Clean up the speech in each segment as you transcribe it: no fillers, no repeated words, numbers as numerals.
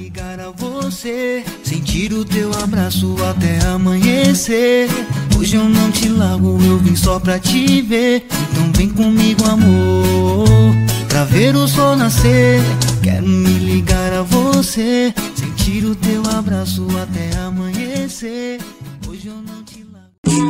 ligar a você, sentir o teu abraço até amanhecer. Hoje eu não te largo, eu vim só pra te ver. Então vem comigo, amor, pra ver o sol nascer. Quero me ligar a você, sentir o teu abraço até amanhecer. Hoje eu não te largo.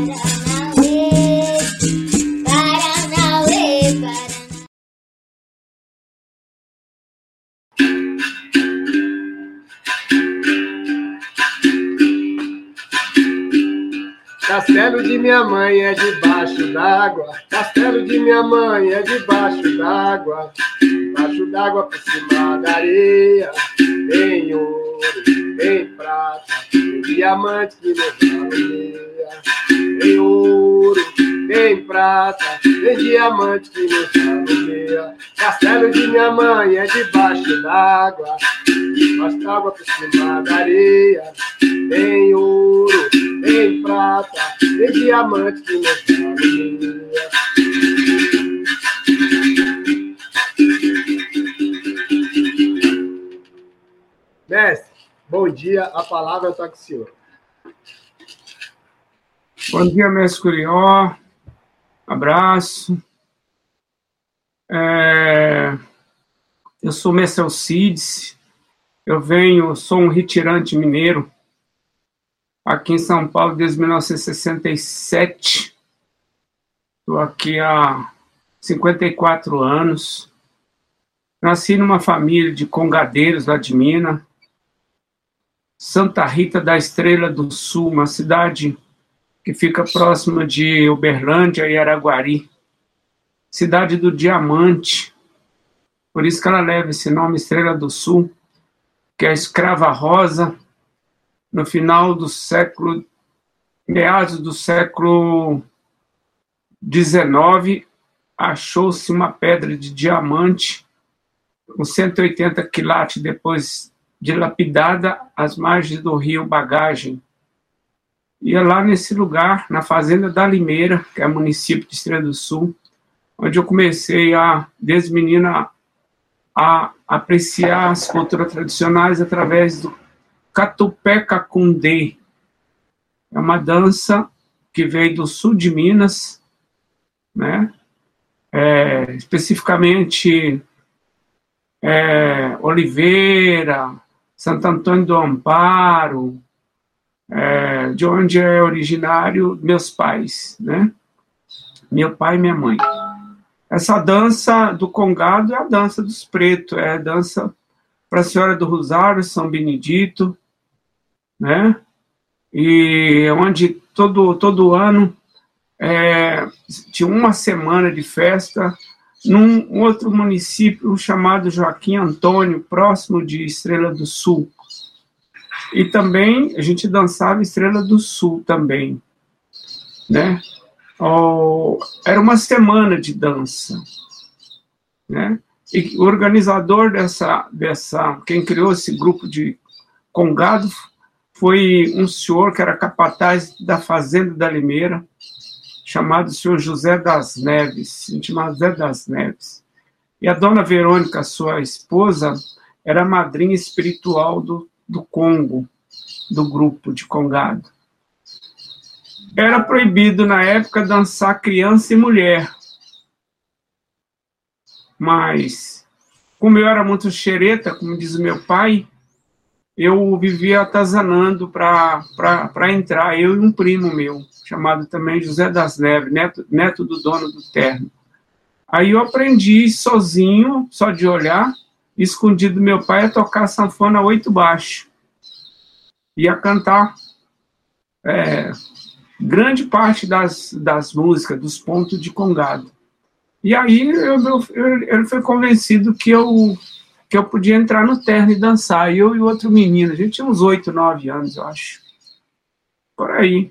Castelo de minha mãe é debaixo d'água. Castelo de minha mãe é debaixo d'água. Debaixo d'água por cima da areia. Tem ouro, tem prata, tem diamante que não valia. Tem ouro, tem prata, tem diamante que não valia. Castelo de minha mãe é debaixo d'água. Debaixo d'água por cima da areia. Tem ouro, tem prata, tem diamante que não valia. Mestre, bom dia, a palavra está com o senhor. Bom dia, mestre Curió, abraço. Eu sou mestre Alcides, sou um retirante mineiro, aqui em São Paulo desde 1967, estou aqui há 54 anos, nasci numa família de congadeiros lá de Minas, Santa Rita da Estrela do Sul, uma cidade que fica próxima de Uberlândia e Araguari, cidade do diamante, por isso que ela leva esse nome, Estrela do Sul, que é a escrava rosa, no final do século, meados do século XIX, achou-se uma pedra de diamante, com 180 quilates, depois dilapidada, às margens do rio Bagagem. E é lá nesse lugar, na fazenda da Limeira, que é município de Estrela do Sul, onde eu comecei, desde menina, a apreciar as culturas tradicionais através do Catupé Cacundê. É uma dança que veio do sul de Minas, né? Especificamente Oliveira, Santo Antônio do Amparo, de onde é originário meus pais, né? Meu pai e minha mãe. Essa dança do Congado é a dança dos pretos, é a dança para a Senhora do Rosário, São Benedito, né? E onde todo ano tinha uma semana de festa num outro município chamado Joaquim Antônio, próximo de Estrela do Sul. E também a gente dançava Estrela do Sul também, né? Era uma semana de dança, né? E o organizador quem criou esse grupo de Congado foi um senhor que era capataz da fazenda da Limeira, chamado senhor José das Neves, chamado José das Neves. E a dona Verônica, sua esposa, era a madrinha espiritual do Congo, do grupo de Congado. Era proibido, na época, dançar criança e mulher. Mas, como eu era muito xereta, como diz o meu pai, eu vivia atazanando para entrar, eu e um primo meu, chamado também José das Neves, neto do dono do terno. Aí eu aprendi sozinho, só de olhar, escondido do meu pai, a tocar sanfona 8 baixo. E a cantar grande parte das músicas, dos pontos de Congado. E aí ele foi convencido que eu podia entrar no terno e dançar. Eu e outro menino, a gente tinha uns 8, 9 anos, eu acho. Por aí.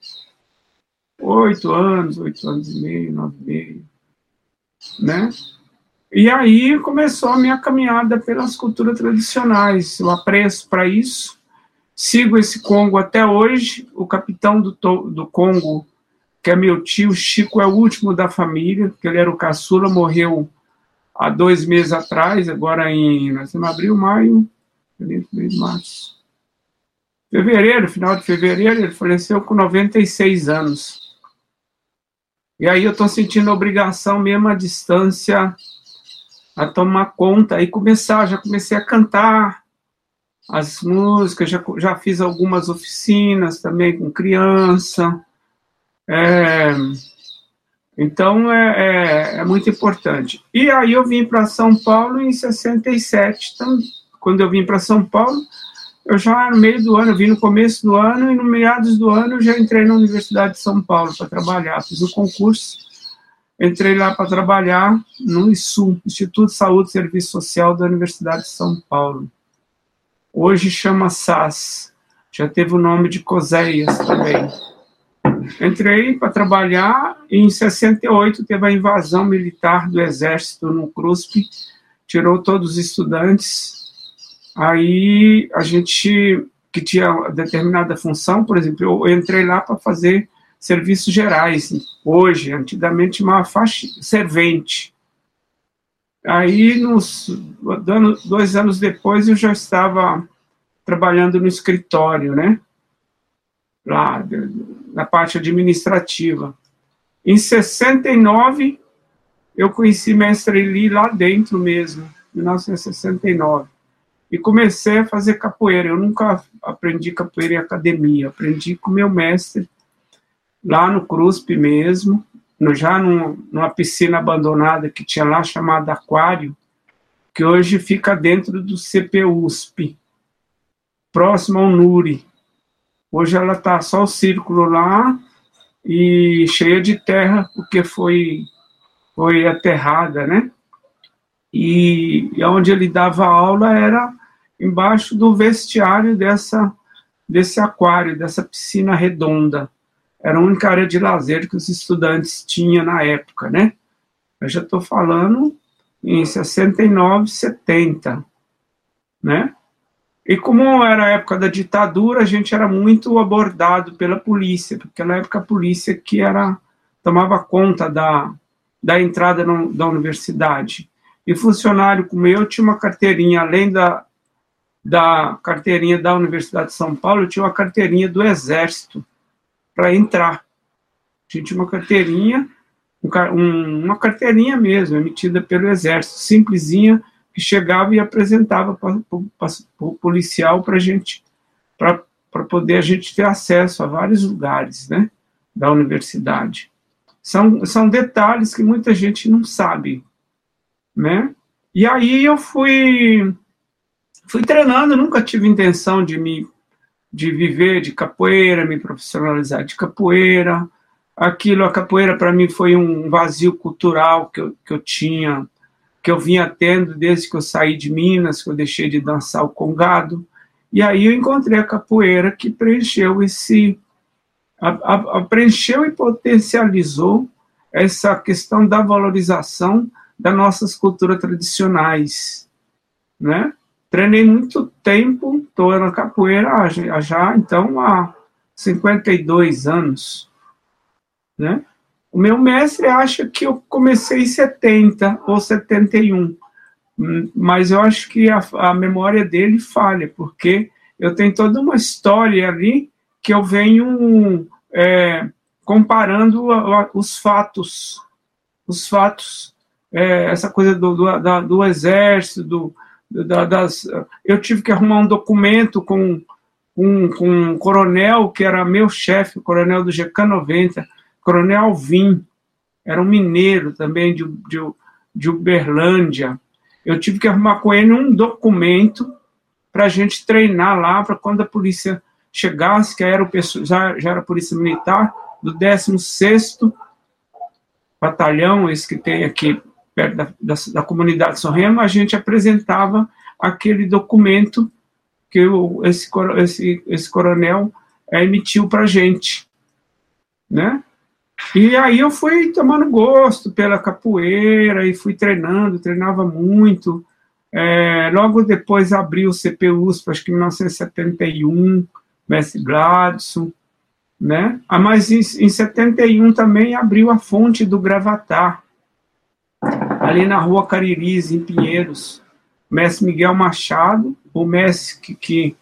8 anos e meio, 9 e meio. Né? E aí começou a minha caminhada pelas culturas tradicionais. Eu apreço para isso. Sigo esse Congo até hoje. O capitão do Congo, que é meu tio, Chico, é o último da família, porque ele era o caçula, morreu há 2 meses atrás, agora nós estamos em abril, maio, Março. Fevereiro, final de fevereiro, ele faleceu com 96 anos. E aí eu estou sentindo a obrigação mesmo à distância a tomar conta e já comecei a cantar as músicas, já fiz algumas oficinas também com criança. Então é muito importante. E aí eu vim para São Paulo em 67. Então, quando eu vim para São Paulo, eu já no meio do ano, eu vim no começo do ano, e no meados do ano eu já entrei na Universidade de São Paulo para trabalhar. Fiz o concurso, entrei lá para trabalhar no ISU, Instituto de Saúde e Serviço Social da Universidade de São Paulo. Hoje chama SAS, já teve o nome de COSEIAS também. Entrei para trabalhar e em 68 teve a invasão militar do Exército no CRUSP, tirou todos os estudantes. Aí a gente, que tinha determinada função, por exemplo, eu entrei lá para fazer serviços gerais. Hoje, antigamente, chamava servente. Aí, 2 anos depois, eu já estava trabalhando no escritório, né? Lá, na parte administrativa. Em 69, eu conheci Mestre Eli lá dentro mesmo, em 1969. E comecei a fazer capoeira. Eu nunca aprendi capoeira em academia. Aprendi com meu mestre, lá no CRUSP mesmo, já numa piscina abandonada que tinha lá, chamada Aquário, que hoje fica dentro do CPUSP, próximo ao NURI. Hoje ela está só o círculo lá e cheia de terra, porque foi aterrada, né? E onde ele dava aula era embaixo do vestiário desse aquário, dessa piscina redonda. Era a única área de lazer que os estudantes tinham na época, né? Eu já estou falando em 69, 70, né? E como era a época da ditadura, a gente era muito abordado pela polícia, porque na época a polícia que tomava conta da entrada da universidade. E funcionário como eu tinha uma carteirinha, além da carteirinha da Universidade de São Paulo, eu tinha uma carteirinha do Exército para entrar. A gente tinha uma carteirinha, uma carteirinha mesmo, emitida pelo Exército, simplesinha, que chegava e apresentava para o policial para poder a gente ter acesso a vários lugares, né, da universidade. São detalhes que muita gente não sabe, né? E aí eu fui treinando, nunca tive intenção de viver de capoeira, me profissionalizar de capoeira. A capoeira para mim foi um vazio cultural que eu tinha, que eu vinha tendo desde que eu saí de Minas, que eu deixei de dançar o congado. E aí eu encontrei a capoeira que preencheu preencheu e potencializou essa questão da valorização das nossas culturas tradicionais, né? Treinei muito tempo, estou na capoeira já, então, há 52 anos, né? O meu mestre acha que eu comecei em 70 ou 71, mas eu acho que a memória dele falha, porque eu tenho toda uma história ali que eu venho comparando os fatos, essa coisa do Exército, eu tive que arrumar um documento com um coronel que era meu chefe, o coronel do GK-90, Coronel Alvim, era um mineiro também de Uberlândia. Eu tive que arrumar com ele um documento para a gente treinar lá, para quando a polícia chegasse, que já era a polícia militar, do 16º Batalhão, esse que tem aqui perto da comunidade São Remo, a gente apresentava aquele documento que esse coronel emitiu para a gente, né? E aí eu fui tomando gosto pela capoeira e fui treinava muito. Logo depois abriu o CPUSP, acho que em 1971, Mestre Gladson, né? Mas em 71 também abriu a Fonte do Gravatar, ali na Rua Cariris, em Pinheiros, mestre Miguel Machado, o mestre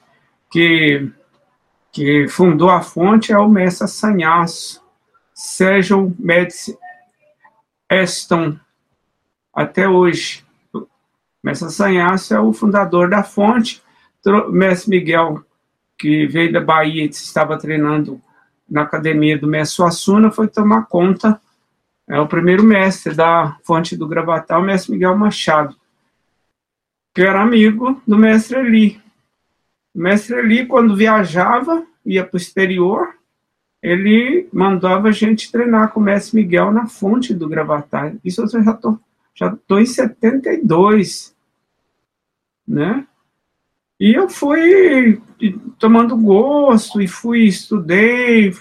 que fundou a fonte é o mestre Sanhaço, Sérgio Médici Eston, até hoje. O mestre Sanhaço é o fundador da fonte. O mestre Miguel, que veio da Bahia e estava treinando na academia do mestre Suassuna, foi tomar conta, é o primeiro mestre da fonte do Gravatá, o mestre Miguel Machado, que era amigo do mestre Eli. O mestre Eli, quando viajava, ia para o exterior, ele mandava a gente treinar com o mestre Miguel na fonte do Gravatá. Isso eu já estou em 72, né? E eu fui tomando gosto, e estudei,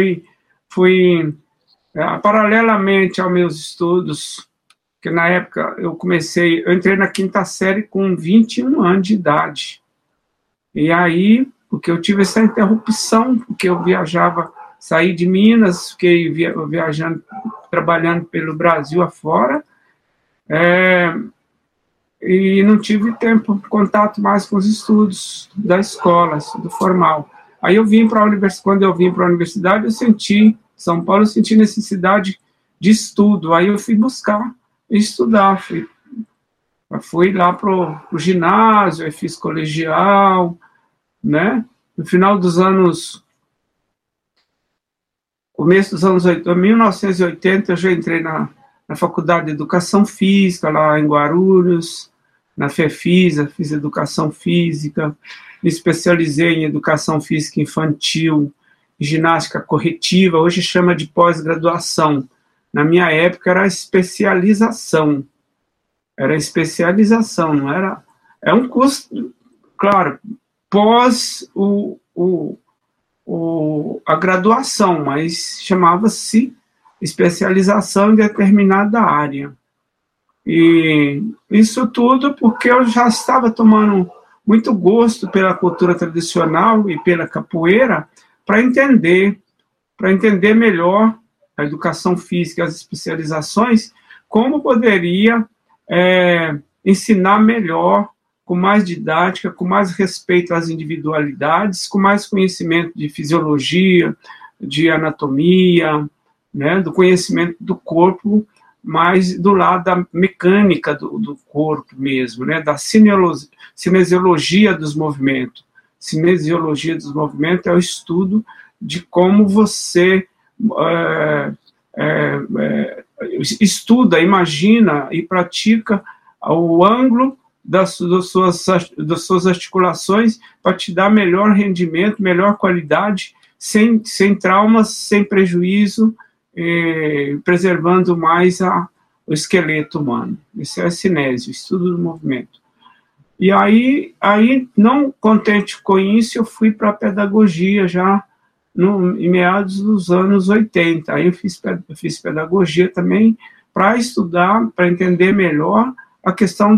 paralelamente aos meus estudos, que na época eu entrei na quinta série com 21 anos de idade. E aí, porque eu tive essa interrupção, porque eu saí de Minas, fiquei viajando, trabalhando pelo Brasil afora, e não tive contato mais com os estudos da escola, estudo formal. Aí quando eu vim para a universidade, São Paulo, eu senti necessidade de estudo. Aí eu fui buscar estudar, fui lá para o ginásio, aí fiz colegial, né? No final dos começo dos anos 1980, eu já entrei na Faculdade de Educação Física, lá em Guarulhos, na FEFISA, fiz Educação Física, me especializei em Educação Física Infantil, Ginástica Corretiva, hoje chama de pós-graduação. Na minha época era especialização. Não era... É um curso, claro, pós a graduação, mas chamava-se especialização em determinada área. E isso tudo porque eu já estava tomando muito gosto pela cultura tradicional e pela capoeira, para entender melhor a educação física, as especializações, como poderia ensinar melhor, com mais didática, com mais respeito às individualidades, com mais conhecimento de fisiologia, de anatomia, né, do conhecimento do corpo, mais do lado da mecânica do corpo mesmo, né, da cinesiologia dos movimentos. Cinesiologia dos movimentos é o estudo de como você estuda, imagina e pratica o ângulo das suas articulações para te dar melhor rendimento, melhor qualidade, sem traumas, sem prejuízo, preservando mais o esqueleto humano. Isso é a cinésio, estudo do movimento. E aí, não contente com isso, eu fui para a pedagogia já em meados dos anos 80. Aí eu fiz pedagogia também para estudar, para entender melhor a questão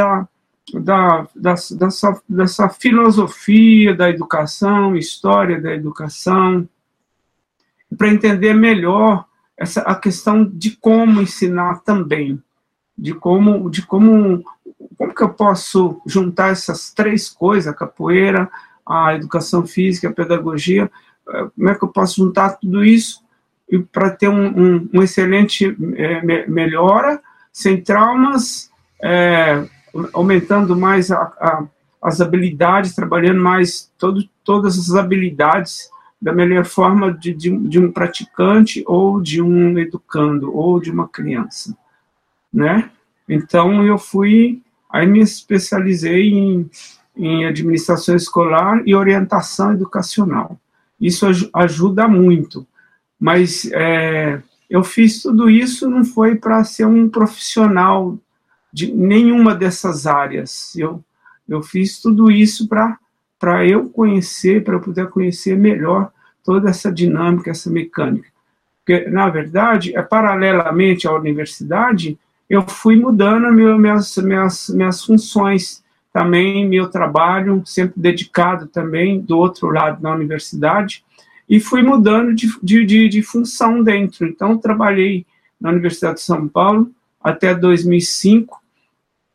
dessa filosofia da educação, história da educação, para entender melhor a questão de como ensinar também, de como que eu posso juntar essas três coisas, a capoeira, a educação física, a pedagogia, como é que eu posso juntar tudo isso para ter um excelente melhora, sem traumas, aumentando mais as habilidades, trabalhando mais todas as habilidades da melhor forma de um praticante ou de um educando ou de uma criança, né? Então aí me especializei em administração escolar e orientação educacional. Isso ajuda muito, mas eu fiz tudo isso não foi para ser um profissional de nenhuma dessas áreas. Eu fiz tudo isso para eu poder conhecer melhor toda essa dinâmica, essa mecânica. Porque, na verdade, paralelamente à universidade, eu fui mudando minhas funções, também meu trabalho, sempre dedicado também do outro lado na universidade, e fui mudando de função dentro. Então, trabalhei na Universidade de São Paulo até 2005,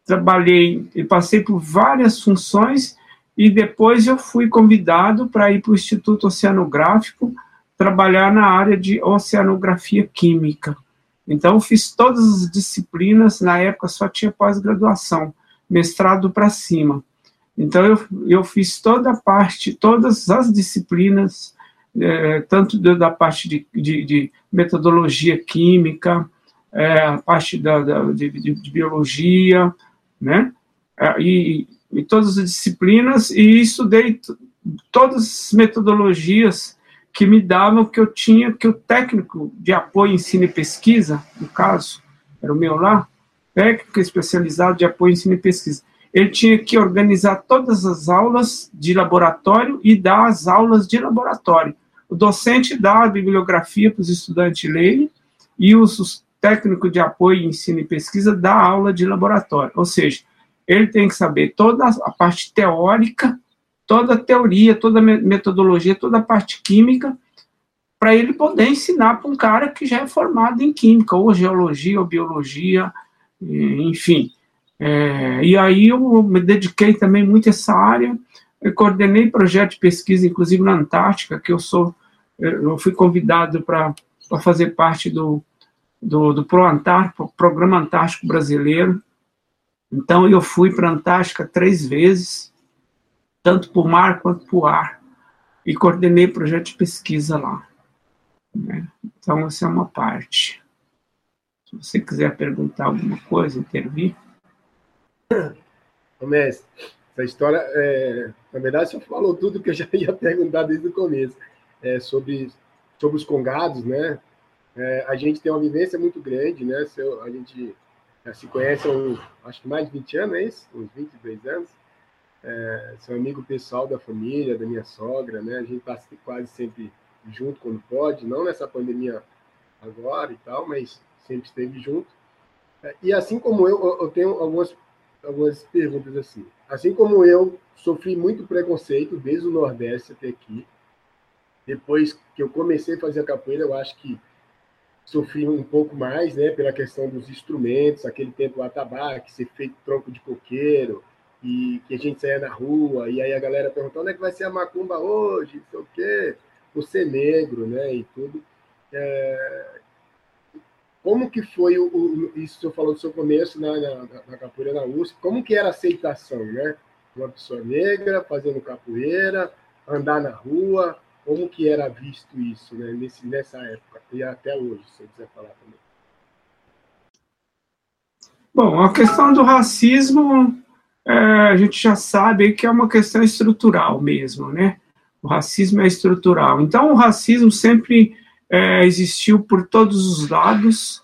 trabalhei e passei por várias funções, e depois eu fui convidado para ir para o Instituto Oceanográfico, trabalhar na área de oceanografia química. Então, eu fiz todas as disciplinas, na época só tinha pós-graduação, mestrado para cima. Então, eu fiz todas as disciplinas, tanto da parte de metodologia química, a parte de biologia, né? E todas as disciplinas, e estudei todas as metodologias que me davam que eu tinha, que o técnico de apoio, ensino e pesquisa, no caso, era o meu lá, técnico especializado de apoio, ensino e pesquisa, ele tinha que organizar todas as aulas de laboratório e dar as aulas de laboratório. O docente dá a bibliografia para os estudantes lerem, e os técnicos de apoio, ensino e pesquisa dá a aula de laboratório. Ou seja, ele tem que saber toda a parte teórica, toda a teoria, toda a metodologia, toda a parte química, para ele poder ensinar para um cara que já é formado em química, ou geologia, ou biologia, enfim. E aí eu me dediquei também muito a essa área, eu coordenei projeto de pesquisa, inclusive na Antártica, que eu fui convidado para fazer parte do ProAntártico, Programa Antártico Brasileiro. Então, eu fui para a Antártica 3 vezes, tanto por mar quanto por ar, e coordenei projeto de pesquisa lá. Né? Então, essa é uma parte. Se você quiser perguntar alguma coisa, intervir. Ô, mestre, essa história, na verdade, você falou tudo que eu já ia perguntar desde o começo, sobre os congados, né? A gente tem uma vivência muito grande, né? A gente se conhece há acho que mais de 20 anos, é isso? Uns 23 anos. Sou amigo pessoal da família, da minha sogra, né? A gente está quase sempre junto quando pode, não nessa pandemia agora e tal, mas sempre esteve junto. E assim como eu tenho algumas perguntas assim. Assim como eu sofri muito preconceito desde o Nordeste até aqui, depois que eu comecei a fazer a capoeira, eu acho que sofri um pouco mais, né, pela questão dos instrumentos, aquele tempo o atabaque, ser feito tronco de coqueiro, e que a gente saía na rua, e aí a galera perguntou, onde é que vai ser a macumba hoje, não sei o quê, por ser negro, né, e tudo. Como que foi isso que você falou do seu começo na capoeira na USP, como que era a aceitação, né? Uma pessoa negra fazendo capoeira, andar na rua, como que era visto isso, né, nessa época, e até hoje, se você quiser falar também. Bom, a questão do racismo, a gente já sabe que é uma questão estrutural mesmo, né? O racismo é estrutural. Então, o racismo sempre existiu por todos os lados,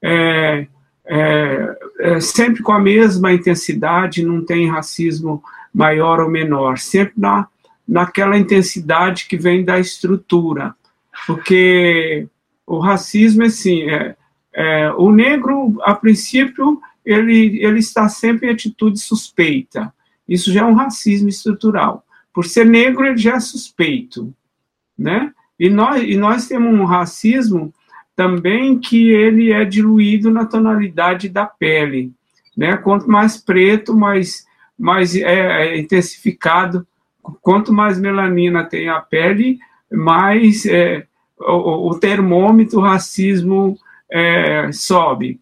sempre com a mesma intensidade, não tem racismo maior ou menor, sempre naquela intensidade que vem da estrutura, porque o racismo, assim, o negro, a princípio, ele está sempre em atitude suspeita, isso já é um racismo estrutural, por ser negro ele já é suspeito, né? E nós temos um racismo também que ele é diluído na tonalidade da pele, né? Quanto mais preto, mais intensificado. Quanto mais melanina tem a pele, mais o termômetro, o racismo sobe.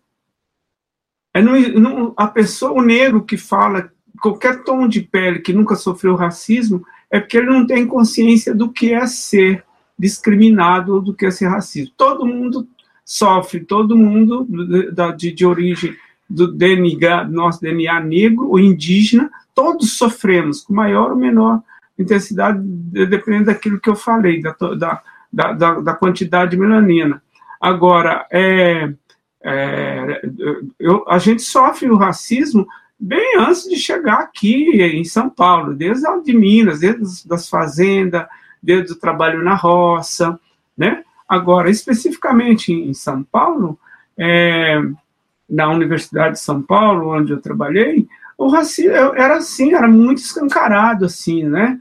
A pessoa, o negro que fala qualquer tom de pele que nunca sofreu racismo, é porque ele não tem consciência do que é ser discriminado ou do que é ser racista. Todo mundo sofre, todo mundo de origem do DNA, nosso DNA negro ou indígena, todos sofremos, com maior ou menor intensidade, dependendo daquilo que eu falei, da quantidade de melanina. Agora, a gente sofre o racismo bem antes de chegar aqui em São Paulo, desde de Minas, desde das fazendas, desde o trabalho na roça, né? Agora, especificamente em São Paulo, na Universidade de São Paulo, onde eu trabalhei, o racismo era assim, era muito escancarado, assim, né?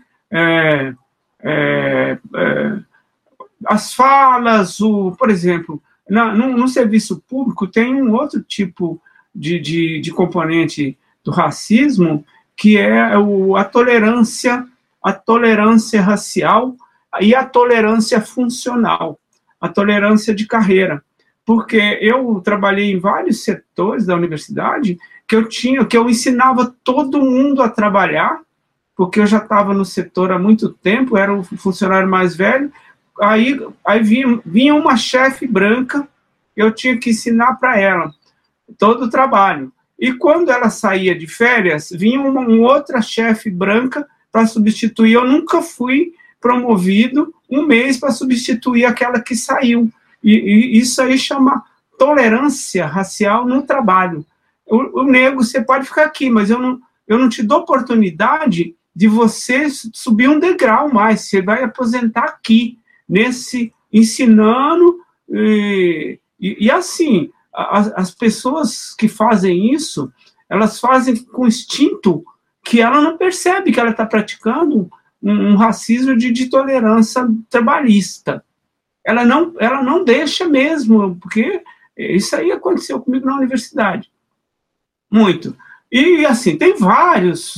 As falas, por exemplo, no serviço público tem um outro tipo de componente do racismo, que é a tolerância racial e a tolerância funcional, a tolerância de carreira. Porque eu trabalhei em vários setores da universidade que eu ensinava todo mundo a trabalhar, porque eu já estava no setor há muito tempo, era o funcionário mais velho. Aí vinha uma chefe branca, eu tinha que ensinar para ela todo o trabalho. E quando ela saía de férias, vinha uma outra chefe branca para substituir. Eu nunca fui promovido um mês para substituir aquela que saiu. E isso aí chama tolerância racial no trabalho. O negro, você pode ficar aqui, mas eu não te dou oportunidade de você subir um degrau mais. Você vai aposentar aqui, ensinando. E assim, as pessoas que fazem isso, elas fazem com instinto que ela não percebe que ela está praticando um racismo de tolerância trabalhista. Ela não deixa mesmo, porque isso aí aconteceu comigo na universidade. Muito. E, assim, tem vários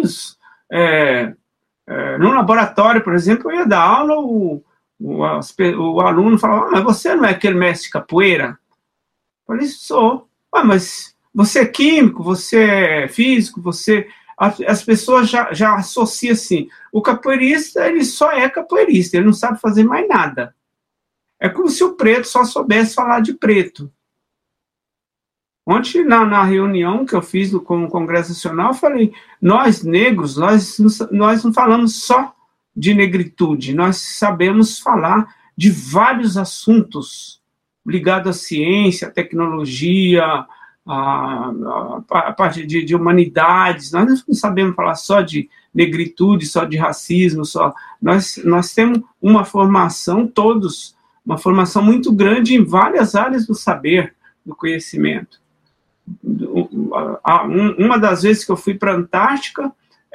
no laboratório, por exemplo, eu ia dar aula, o aluno falava, mas você não é aquele mestre de capoeira? Eu falei, sou. Mas você é químico, você é físico, as pessoas já associam assim, o capoeirista, ele só é capoeirista, ele não sabe fazer mais nada. É como se o preto só soubesse falar de preto. Ontem, na reunião que eu fiz com o Congresso Nacional, eu falei, nós negros, nós não falamos só de negritude, nós sabemos falar de vários assuntos ligados à ciência, à tecnologia, a parte de humanidades. Nós não sabemos falar só de negritude, só de racismo, nós temos uma formação, uma formação muito grande em várias áreas do saber, do conhecimento. Uma das vezes que eu fui para a Antártica,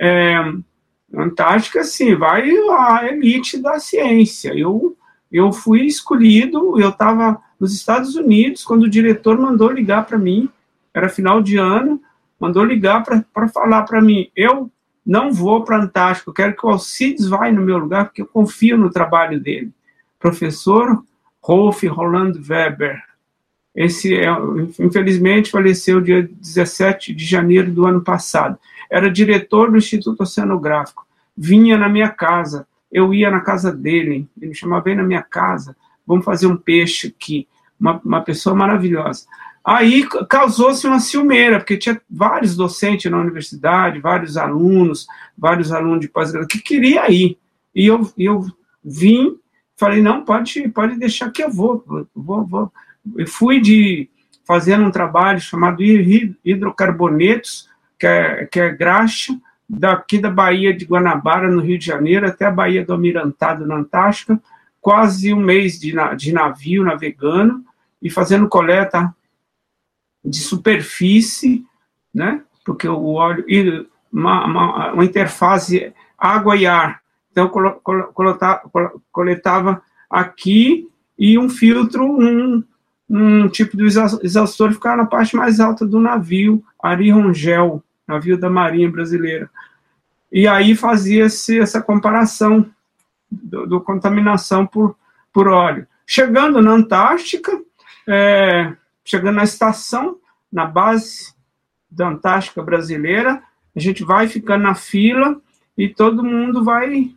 sim, vai a elite da ciência. Eu fui escolhido, eu estava nos Estados Unidos, quando o diretor mandou ligar para mim, era final de ano, mandou ligar para falar para mim, eu não vou para a Antártica, eu quero que o Alcides vá no meu lugar, porque eu confio no trabalho dele. Professor Rolf Roland Weber. Esse, infelizmente, faleceu dia 17 de janeiro do ano passado. Era diretor do Instituto Oceanográfico. Vinha na minha casa, eu ia na casa dele, ele me chamava, vem na minha casa, vamos fazer um peixe aqui. Uma pessoa maravilhosa. Aí causou-se uma ciumeira, porque tinha vários docentes na universidade, vários alunos de pós-graduação, que queria ir. E eu vim, falei, não, pode deixar que eu vou. Eu fui fazendo um trabalho chamado hidrocarbonetos, que é graxa, daqui da Baía de Guanabara, no Rio de Janeiro, até a Baía do Almirantado, na Antártica, quase um mês de navio navegando e fazendo coleta de superfície, né? Porque o óleo, uma interface água e ar. Então, coletava aqui e um filtro, um tipo de exaustor ficava na parte mais alta do navio, Ari Rongel, navio da Marinha Brasileira. E aí fazia-se essa comparação do contaminação por óleo. Chegando na Antártica, chegando na estação, na base da Antártica Brasileira, a gente vai ficando na fila e todo mundo vai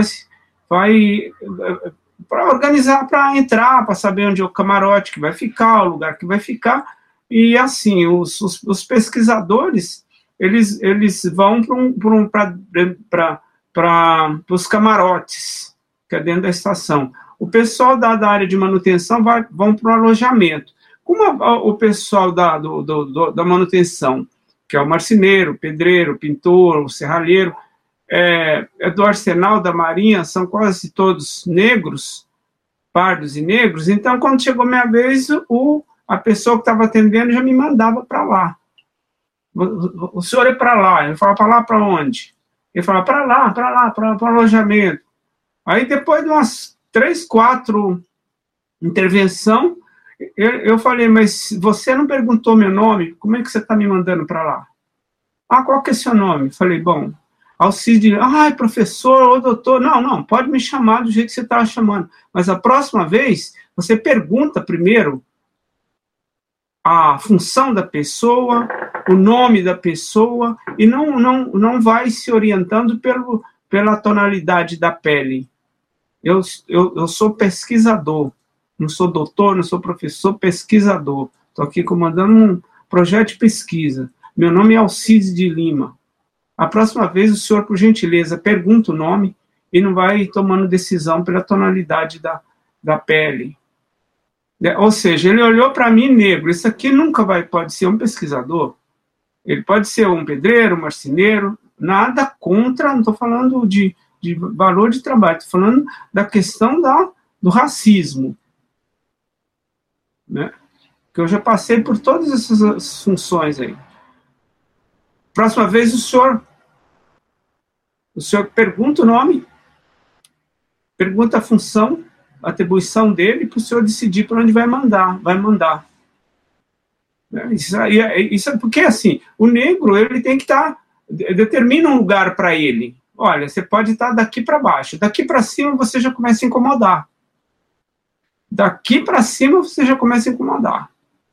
para organizar, para entrar, para saber onde é o camarote que vai ficar, o lugar que vai ficar. E assim, os pesquisadores, eles vão para os camarotes, que é dentro da estação. O pessoal da área de manutenção vão para o alojamento. Como o pessoal da manutenção, que é o marceneiro, o pedreiro, o pintor, o serralheiro, do arsenal da Marinha, são quase todos negros, pardos e negros, então, quando chegou minha vez, a pessoa que estava atendendo já me mandava para lá. O senhor é para lá. Eu falava, para lá para onde? Ele falava, para lá, para o alojamento. Aí, depois de umas 3, 4 intervenções, eu falei, mas você não perguntou meu nome? Como é que você está me mandando para lá? qual que é seu nome? Falei, bom, Alcides, professor ou doutor. Não, pode me chamar do jeito que você estava chamando. Mas a próxima vez, você pergunta primeiro a função da pessoa, o nome da pessoa, e não vai se orientando pela tonalidade da pele. Eu sou pesquisador, não sou doutor, não sou professor, pesquisador. Estou aqui comandando um projeto de pesquisa. Meu nome é Alcides de Lima. A próxima vez, o senhor, por gentileza, pergunta o nome e não vai tomando decisão pela tonalidade da pele. Ou seja, ele olhou para mim, negro, isso aqui nunca pode ser um pesquisador. Ele pode ser um pedreiro, um marceneiro, nada contra, não estou falando de valor de trabalho, estou falando da questão do racismo. Né? Que eu já passei por todas essas funções aí. Próxima vez, o senhor pergunta o nome, pergunta a função, a atribuição dele, para o senhor decidir para onde vai mandar. Isso é porque, assim, o negro, ele tem que estar, determina um lugar para ele. Olha, você pode estar daqui para baixo, daqui para cima você já começa a incomodar. Daqui para cima você já começa a incomodar.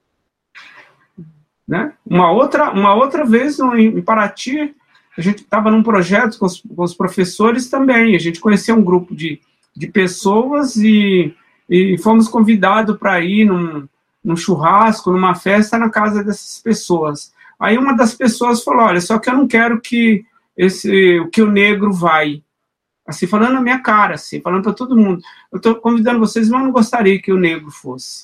Né? Uma outra vez, em Paraty, a gente estava num projeto com os professores também, a gente conheceu um grupo de pessoas e fomos convidados para ir num churrasco, numa festa na casa dessas pessoas. Aí uma das pessoas falou, olha, só que eu não quero que o negro vai. Assim, falando na minha cara, assim, falando para todo mundo. Eu estou convidando vocês, mas eu não gostaria que o negro fosse.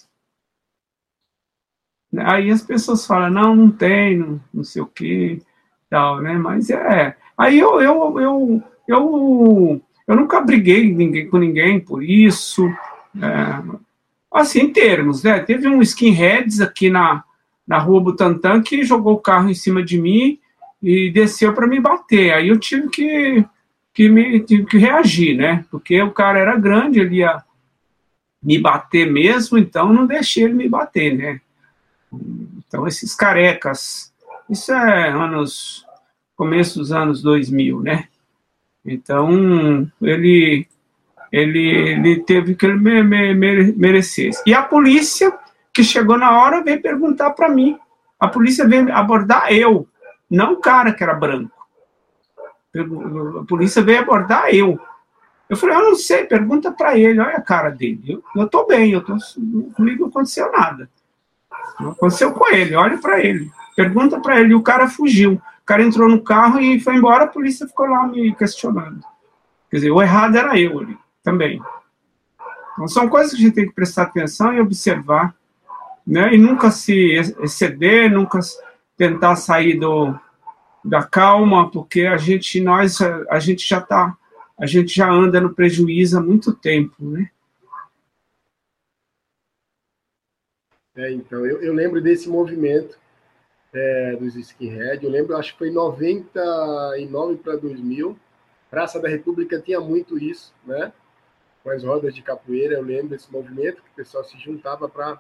Aí as pessoas falam, não tem, não sei o quê, tal, né? Mas Aí eu nunca briguei com ninguém por isso. Assim, em termos, né? Teve um skinheads aqui na rua Butantã que jogou o carro em cima de mim e desceu para me bater. Aí eu tive que reagir, né? Porque o cara era grande, ele ia me bater mesmo, então não deixei ele me bater, né? Então, esses carecas, isso é começo dos anos 2000, né? Então, ele teve que ele merecesse. E a polícia, que chegou na hora, veio perguntar para mim. A polícia veio abordar eu, não o cara que era branco. A polícia veio abordar eu. Eu falei, eu não sei, pergunta para ele, olha a cara dele. Eu estou bem, comigo não aconteceu nada. Não aconteceu com ele, olha para ele. Pergunta para ele, e o cara fugiu. O cara entrou no carro e foi embora, a polícia ficou lá me questionando. Quer dizer, o errado era eu ali, também. Então, são coisas que a gente tem que prestar atenção e observar, né? E nunca se exceder, nunca tentar sair da calma, porque a gente já anda no prejuízo há muito tempo, né? Então, eu lembro desse movimento dos skinhead, eu lembro, acho que foi em 99 para 2000, Praça da República tinha muito isso, né? Com as rodas de capoeira, eu lembro desse movimento, que o pessoal se juntava para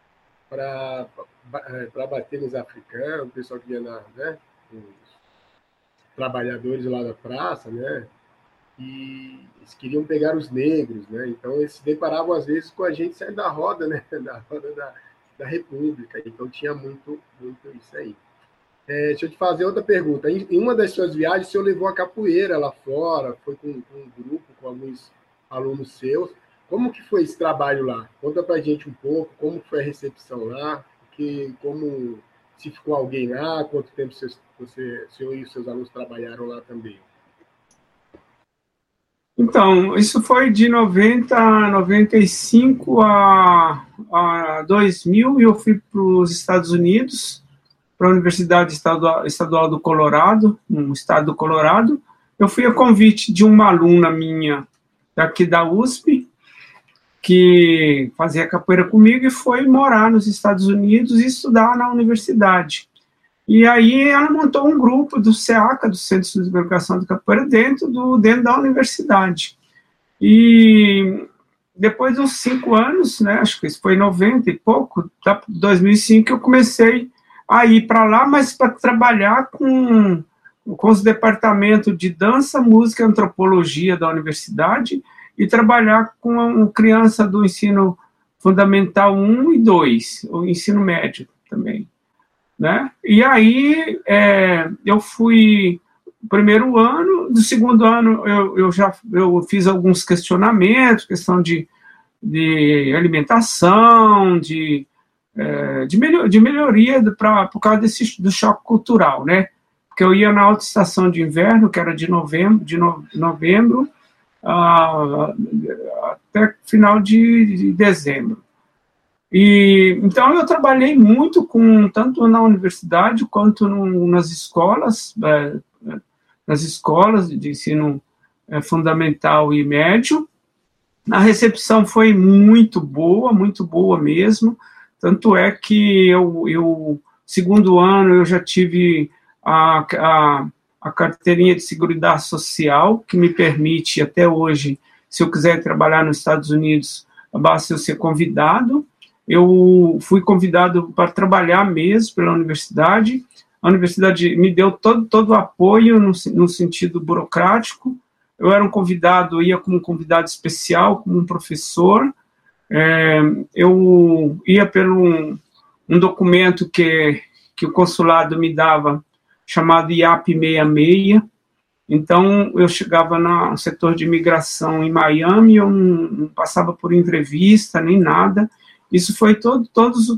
bater nos africanos, o pessoal que ia né? Os trabalhadores lá da praça, né? E eles queriam pegar os negros, né? Então eles se deparavam às vezes com a gente saindo da roda, né? Da roda da República. Então tinha muito isso aí. Deixa eu te fazer outra pergunta. Em uma das suas viagens, o senhor levou a capoeira lá fora, foi com um grupo, com alguns alunos seus. Como que foi esse trabalho lá? Conta pra gente um pouco, como foi a recepção lá, se ficou alguém lá, quanto tempo o senhor e os seus alunos trabalharam lá também? Então, isso foi de 95 a 2000, e eu fui para os Estados Unidos, para a Universidade Estadual do Colorado, no estado do Colorado. Eu fui a convite de uma aluna minha daqui da USP, que fazia capoeira comigo e foi morar nos Estados Unidos e estudar na universidade. E aí ela montou um grupo do SEACA, do Centro de Educação de Capoeira, dentro da universidade. E depois de uns 5 anos, né, acho que isso foi em 90 e pouco, 2005, eu comecei a ir para lá, mas para trabalhar com os departamentos de dança, música e antropologia da universidade e trabalhar com criança do ensino fundamental 1 e 2, o ensino médio também, né? E aí eu fui primeiro ano, do segundo ano eu fiz alguns questionamentos, questão de alimentação, de melhoria por causa do choque cultural, né? Porque eu ia na alta estação de inverno, que era de novembro até final de dezembro. E então eu trabalhei muito tanto na universidade quanto nas escolas de ensino fundamental e médio. A recepção foi muito boa mesmo. Tanto é que segundo ano, eu já tive a carteirinha de Seguridade Social, que me permite, até hoje, se eu quiser trabalhar nos Estados Unidos, basta eu ser convidado. Eu fui convidado para trabalhar mesmo pela universidade. A universidade me deu todo o apoio no sentido burocrático. Eu era um convidado, ia como convidado especial, como um professor. Eu ia pelo um documento que o consulado me dava, chamado IAP 66. Então, eu chegava no setor de imigração em Miami, eu não passava por entrevista, nem nada. Isso foi todos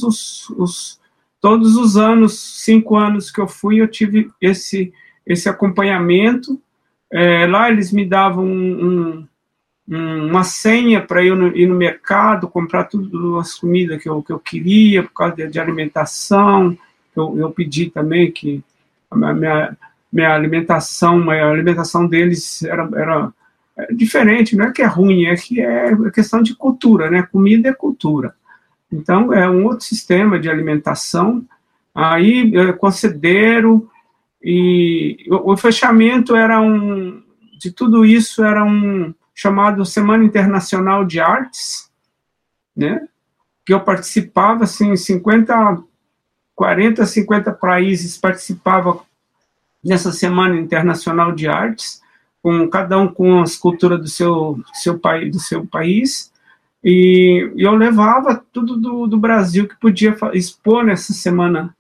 os anos, 5 anos que eu fui, eu tive esse acompanhamento. Lá eles me davam uma senha para eu ir no mercado, comprar todas as comidas que eu queria, por causa de alimentação. Eu pedi também que a minha alimentação deles era diferente, não é que é ruim, é que é questão de cultura, né? Comida é cultura. Então, é um outro sistema de alimentação. Aí, concederam, e o fechamento de tudo isso era chamado Semana Internacional de Artes, né? Que eu participava, assim, 40, 50 países participavam nessa Semana Internacional de Artes, cada um com as culturas do seu país, e eu levava tudo do Brasil que podia expor nessa Semana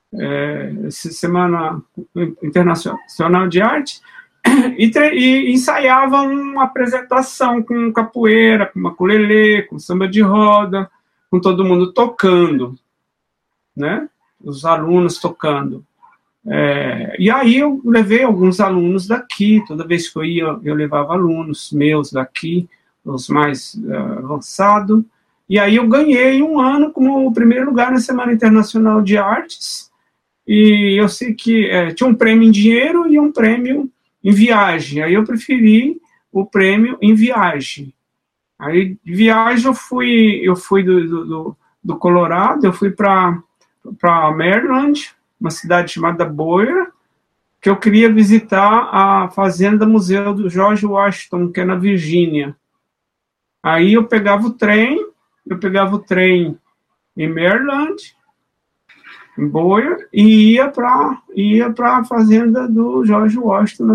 Internacional de Arte, e ensaiava uma apresentação com capoeira, com maculelê, com samba de roda, com todo mundo tocando, né? Os alunos tocando. E aí eu levei alguns alunos daqui, toda vez que eu ia, eu levava alunos meus daqui, os mais avançados, e aí eu ganhei um ano como o primeiro lugar na Semana Internacional de Artes, e eu sei que tinha um prêmio em dinheiro e um prêmio em viagem, aí eu preferi o prêmio em viagem. Aí, de viagem, eu fui do Colorado, eu fui para Maryland, uma cidade chamada Boyer, que eu queria visitar a Fazenda Museu do George Washington, que é na Virgínia. Aí eu pegava o trem em Maryland, em Boyer, e ia para a Fazenda do George Washington,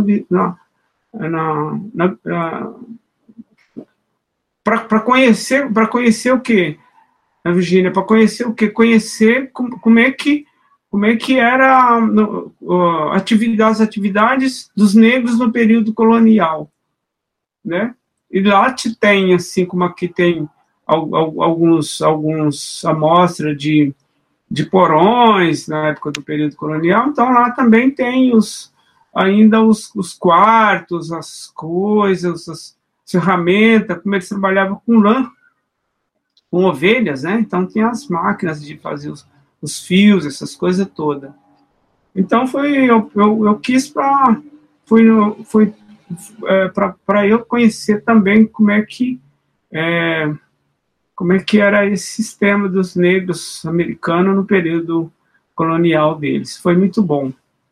para conhecer o quê? Na Virgínia, para conhecer o quê? Conhecer como é que era as atividades dos negros no período colonial, né? E lá tem, assim como aqui tem alguns amostras de porões na época do período colonial, então lá também tem ainda os quartos, as coisas, as ferramentas, como eles trabalhavam com lã, com ovelhas, né? Então tem as máquinas de fazer os fios, essas coisas todas. Então eu quis para eu conhecer também como é que era esse sistema dos negros americanos no período colonial deles. Foi muito bom.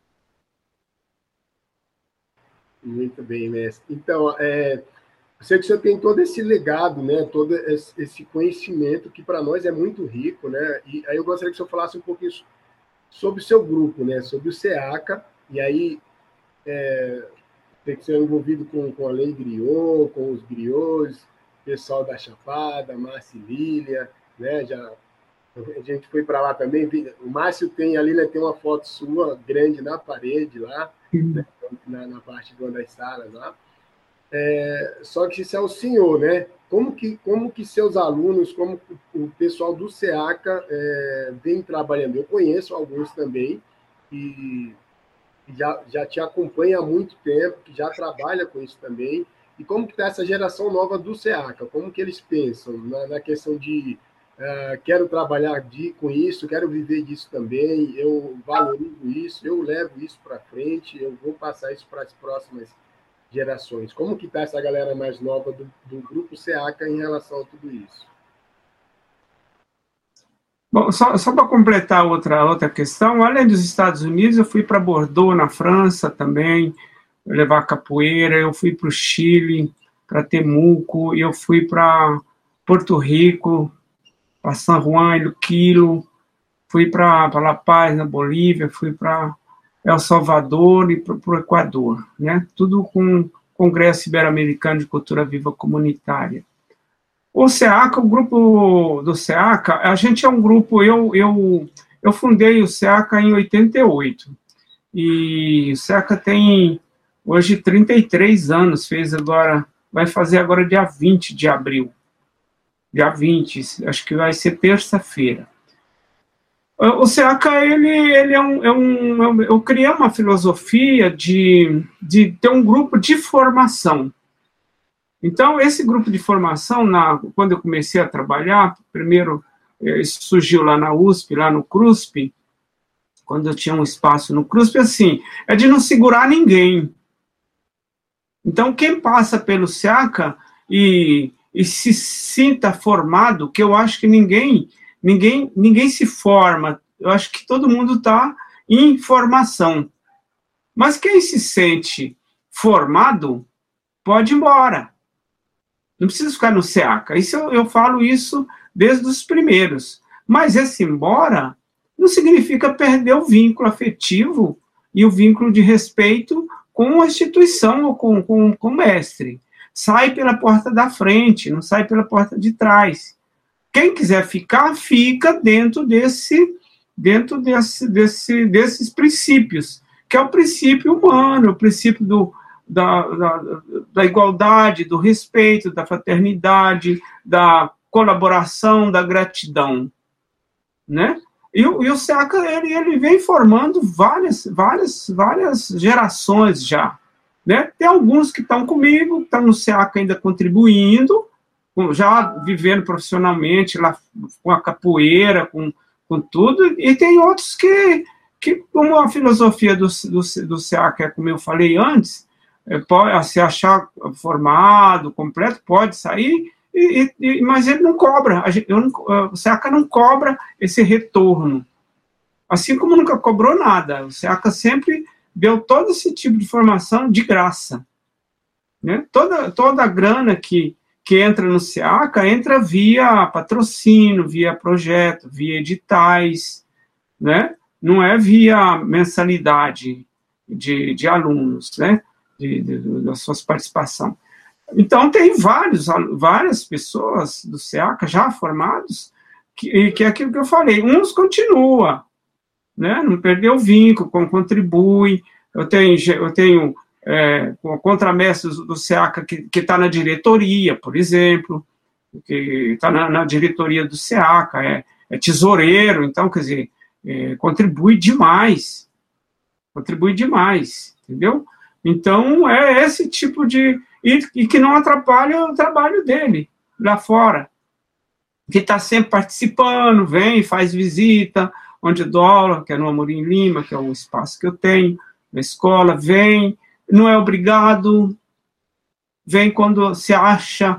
Muito bem, mestre. Então, eu sei que o senhor tem todo esse legado, né? Todo esse conhecimento que para nós é muito rico, né? E aí eu gostaria que o senhor falasse um pouquinho sobre o seu grupo, né? Sobre o SEACA, e aí tem que ser envolvido com a Lei Griot, com os griots, pessoal da Chapada, Márcio e Lília, né? A gente foi para lá também. O Márcio tem, a Lília tem uma foto sua grande na parede lá, né? na parte de uma das salas lá. Só que isso é o senhor, né? Como que seus alunos, como o pessoal do SEACA vem trabalhando? Eu conheço alguns também e já te acompanha há muito tempo, que já trabalha com isso também. E como que está essa geração nova do SEACA? Como que eles pensam na questão de quero trabalhar com isso, quero viver disso também, eu valorizo isso, eu levo isso para frente, eu vou passar isso para as próximas gerações. Como que está essa galera mais nova do grupo SEACA em relação a tudo isso? Bom, só para completar outra questão, além dos Estados Unidos, eu fui para Bordeaux, na França também, levar capoeira, eu fui para o Chile, para Temuco, eu fui para Porto Rico, para San Juan e Luquilo, fui para La Paz, na Bolívia, fui para El Salvador e para o Equador, né? Tudo com o Congresso Ibero-Americano de Cultura Viva Comunitária. O SEACA, o grupo do SEACA, a gente é um grupo, eu fundei o SEACA em 88, e o SEACA tem hoje 33 anos, vai fazer agora dia 20 de abril, dia 20, acho que vai ser terça-feira. O SEACA, eu criei uma filosofia de ter um grupo de formação. Então, esse grupo de formação, quando eu comecei a trabalhar, primeiro isso surgiu lá na USP, lá no CRUSP, quando eu tinha um espaço no CRUSP, assim, é de não segurar ninguém. Então, quem passa pelo SEACA e se sinta formado, que eu acho que ninguém se forma, eu acho que todo mundo está em formação. Mas quem se sente formado, pode ir embora. Não precisa ficar no SEACA. Eu falo isso desde os primeiros. Mas esse embora não significa perder o vínculo afetivo e o vínculo de respeito com a instituição ou com o mestre. Sai pela porta da frente, não sai pela porta de trás. Quem quiser ficar, fica dentro desses princípios, que é o princípio humano, o princípio da igualdade, do respeito, da fraternidade, da colaboração, da gratidão, né? E o SEACA, ele vem formando várias gerações já, né? Tem alguns que estão comigo, estão no SEACA ainda contribuindo, já vivendo profissionalmente lá com a capoeira, com tudo, e tem outros que como a filosofia do SEACA, como eu falei antes, pode se achar formado, completo, pode sair, mas ele não cobra, o SEACA não cobra esse retorno, assim como nunca cobrou nada. O SEACA sempre deu todo esse tipo de formação de graça, né? Toda a grana que entra no SEACA entra via patrocínio, via projeto, via editais, né? Não é via mensalidade de alunos, né? Da sua participação. Então, tem várias pessoas do SEACA já formados, que é aquilo que eu falei, uns continuam, né? Não perdeu o vínculo, contribui. Eu tenho contramestre do SEACA que está na diretoria, por exemplo, que está na diretoria do SEACA, é tesoureiro, então, quer dizer, contribui demais, entendeu? Então, é esse tipo de... E que não atrapalha o trabalho dele, lá fora, que está sempre participando, vem, faz visita, onde eu dou aula, que é no Amorim Lima, que é o espaço que eu tenho, na escola, vem, não é obrigado, vem quando se acha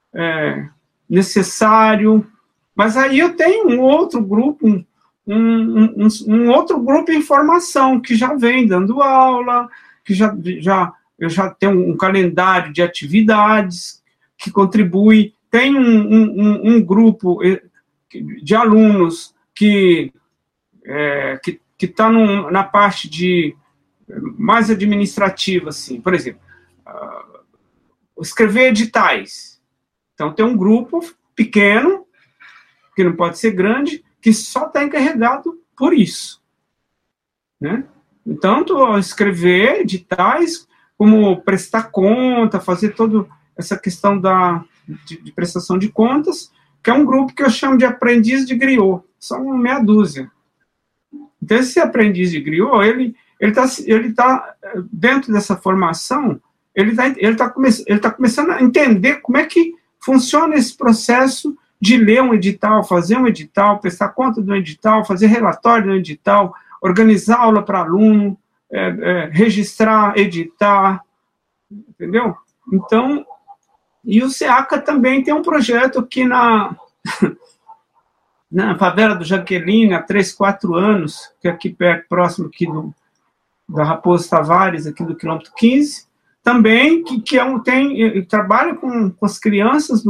necessário, mas aí eu tenho um outro grupo, um outro grupo em formação, que já vem dando aula, que eu já tenho um calendário de atividades que contribui, tem um grupo de alunos que que está na parte de mais administrativa, assim, por exemplo, escrever editais. Então, tem um grupo pequeno, que não pode ser grande, que só está encarregado por isso, né? Tanto escrever editais, como prestar conta, fazer toda essa questão de prestação de contas, que é um grupo que eu chamo de aprendiz de griot, são meia dúzia. Então, esse aprendiz de griot, ele tá dentro dessa formação, ele tá começando a entender como é que funciona esse processo de ler um edital, fazer um edital, prestar conta do edital, fazer relatório do edital, organizar aula para aluno, registrar, editar, entendeu? Então, e o SEACA também tem um projeto aqui na favela do Jaqueline, há 3, 4 anos, que é aqui perto, próximo aqui da Raposo Tavares, aqui do quilômetro 15, também, que trabalha com as crianças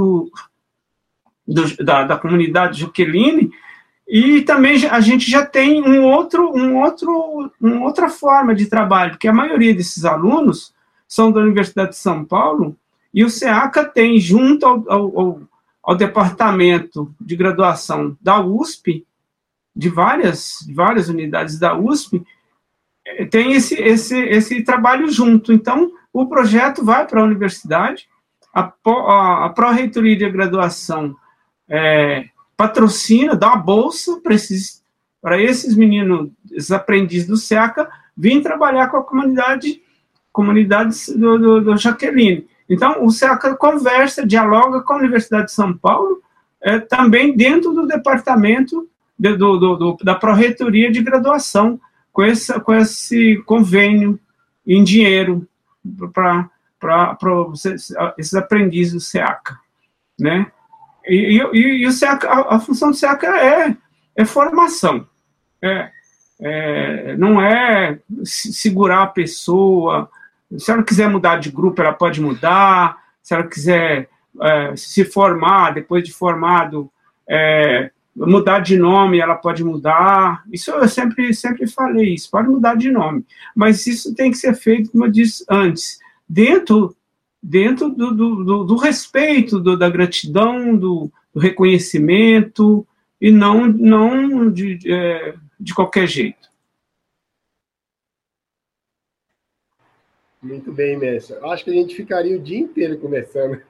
da comunidade Jaqueline, e também a gente já tem uma outra forma de trabalho, porque a maioria desses alunos são da Universidade de São Paulo, e o SEACA tem, junto ao departamento de graduação da USP, de várias unidades da USP, tem esse trabalho junto. Então, o projeto vai para a universidade, a Pró-Reitoria de Graduação patrocina, dá uma bolsa para esses meninos, esses aprendizes do SEACA, virem trabalhar com a comunidades do Jaqueline. Então, o SEACA conversa, dialoga com a Universidade de São Paulo, também dentro do departamento da Pró-Reitoria de Graduação, com esse convênio em dinheiro para esses aprendizes do SEACA, né? E o SEACA, a função do SEACA é formação, não é segurar a pessoa. Se ela quiser mudar de grupo, ela pode mudar. Se ela quiser se formar, depois de formado, mudar de nome, ela pode mudar. Isso eu sempre falei, isso pode mudar de nome. Mas isso tem que ser feito, como eu disse antes, dentro do respeito, da gratidão, do reconhecimento, e não de qualquer jeito. Muito bem, mestre. Acho que a gente ficaria o dia inteiro conversando.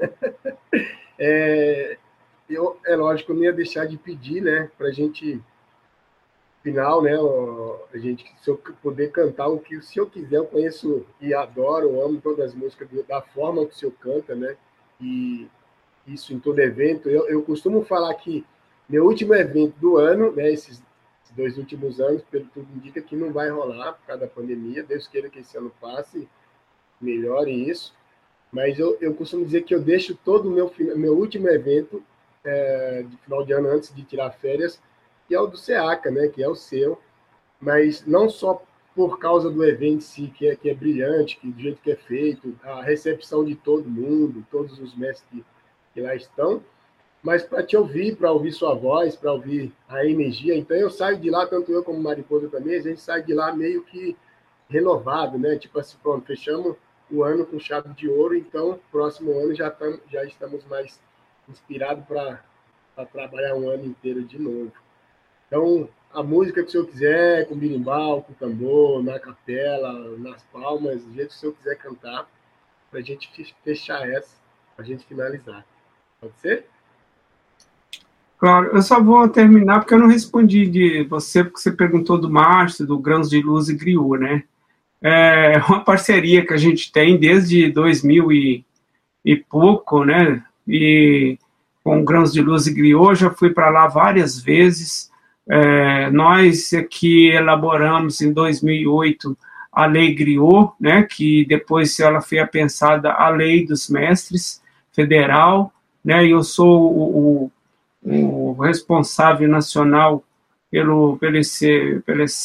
Lógico, eu não ia deixar de pedir, né, para a gente, final, né, se eu puder cantar o que o senhor quiser. Eu conheço e adoro, amo todas as músicas da forma que o senhor canta, né, e isso em todo evento. Eu costumo falar que meu último evento do ano, né, esses 2 últimos anos, pelo tudo indica que não vai rolar por causa da pandemia. Deus queira que esse ano passe, melhore isso. Mas eu costumo dizer que eu deixo todo o meu último evento de final de ano, antes de tirar férias, que é o do SEACA, né, que é o seu, mas não só por causa do evento em si, que é brilhante, do jeito que é feito, a recepção de todo mundo, todos os mestres que lá estão, mas para te ouvir, para ouvir sua voz, para ouvir a energia. Então eu saio de lá, tanto eu como Mariposa também, a gente sai de lá meio que renovado, né? Tipo assim, pronto, fechamos o ano com chave de ouro, então próximo ano já estamos mais inspirados para trabalhar um ano inteiro de novo. Então, a música que o senhor quiser, com berimbau, com tambor, na capela, nas palmas, do jeito que o senhor quiser cantar, para a gente fechar essa, para a gente finalizar. Pode ser? Claro, eu só vou terminar porque eu não respondi de você, porque você perguntou do Márcio, do Grãos de Luz e Griot, né? É uma parceria que a gente tem desde 2000 e pouco, né? E com Grãos de Luz e Griot, já fui para lá várias vezes. Nós aqui elaboramos em 2008 a Lei Griot, né? Que depois ela foi apensada a Lei dos Mestres Federal, né? E eu sou o responsável nacional pelo esse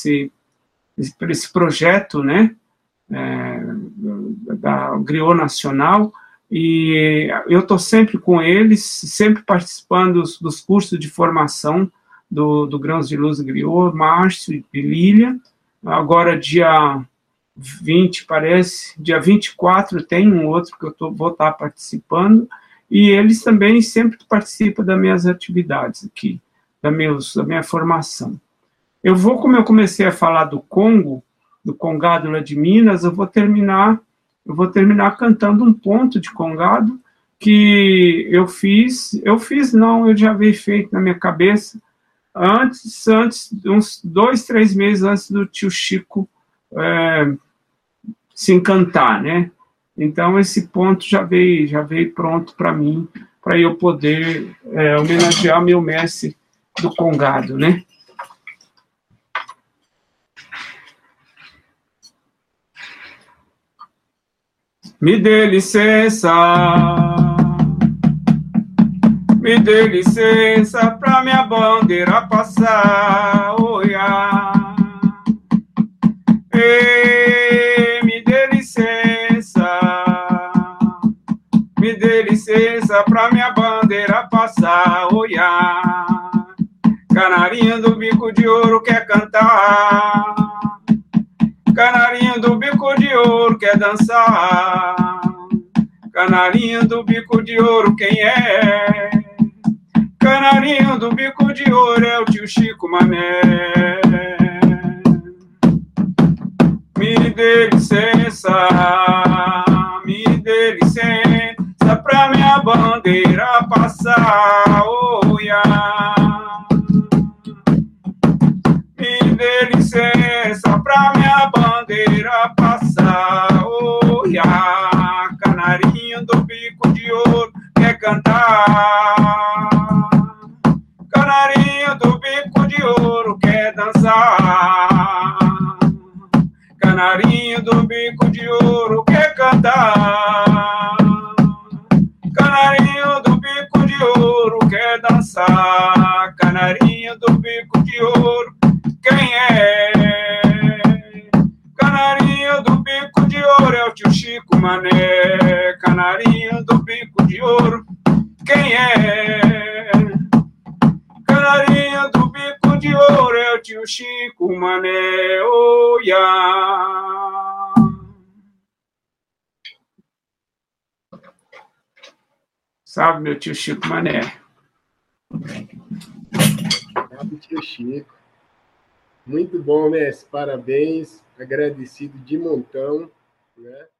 projeto, né, da Griot Nacional, e eu estou sempre com eles, sempre participando dos cursos de formação do Grãos de Luz Griot, Márcio e Lília. Agora, dia 20, parece, dia 24, tem um outro que eu vou estar participando, e eles também sempre participam das minhas atividades aqui, da minha formação. Como eu comecei a falar do Congo, do Congado lá de Minas, eu vou terminar cantando um ponto de Congado que eu já havia feito na minha cabeça antes, uns 2, 3 meses antes do tio Chico se encantar, né? Então, esse ponto já veio pronto para mim, para eu poder homenagear meu mestre do Congado, né? Me dê licença pra minha bandeira passar, oia. Me dê licença pra minha bandeira passar, oia. Canarinho do bico de ouro quer cantar, canarinho do bico de ouro quer dançar, canarinho do bico de ouro quem é? Canarinho do bico de ouro é o tio Chico Mané. Me dê licença pra minha bandeira passar, oia. Me dê licença pra minha bandeira passar, oia. Canarinho do bico de ouro quer cantar, canarinho do bico de ouro quer dançar, canarinho do bico de ouro quer cantar, canarinho do bico de ouro quer dançar, canarinho do bico de ouro, quem é? Canarinho do bico de ouro é o tio Chico Mané, canarinho do bico de ouro, quem é? Canarinho do bico de ouro é o tio Chico Mané, oia. Salve, meu tio Chico Mané. Salve, tio Chico. Muito bom, mestre. Parabéns. Agradecido de montão, né?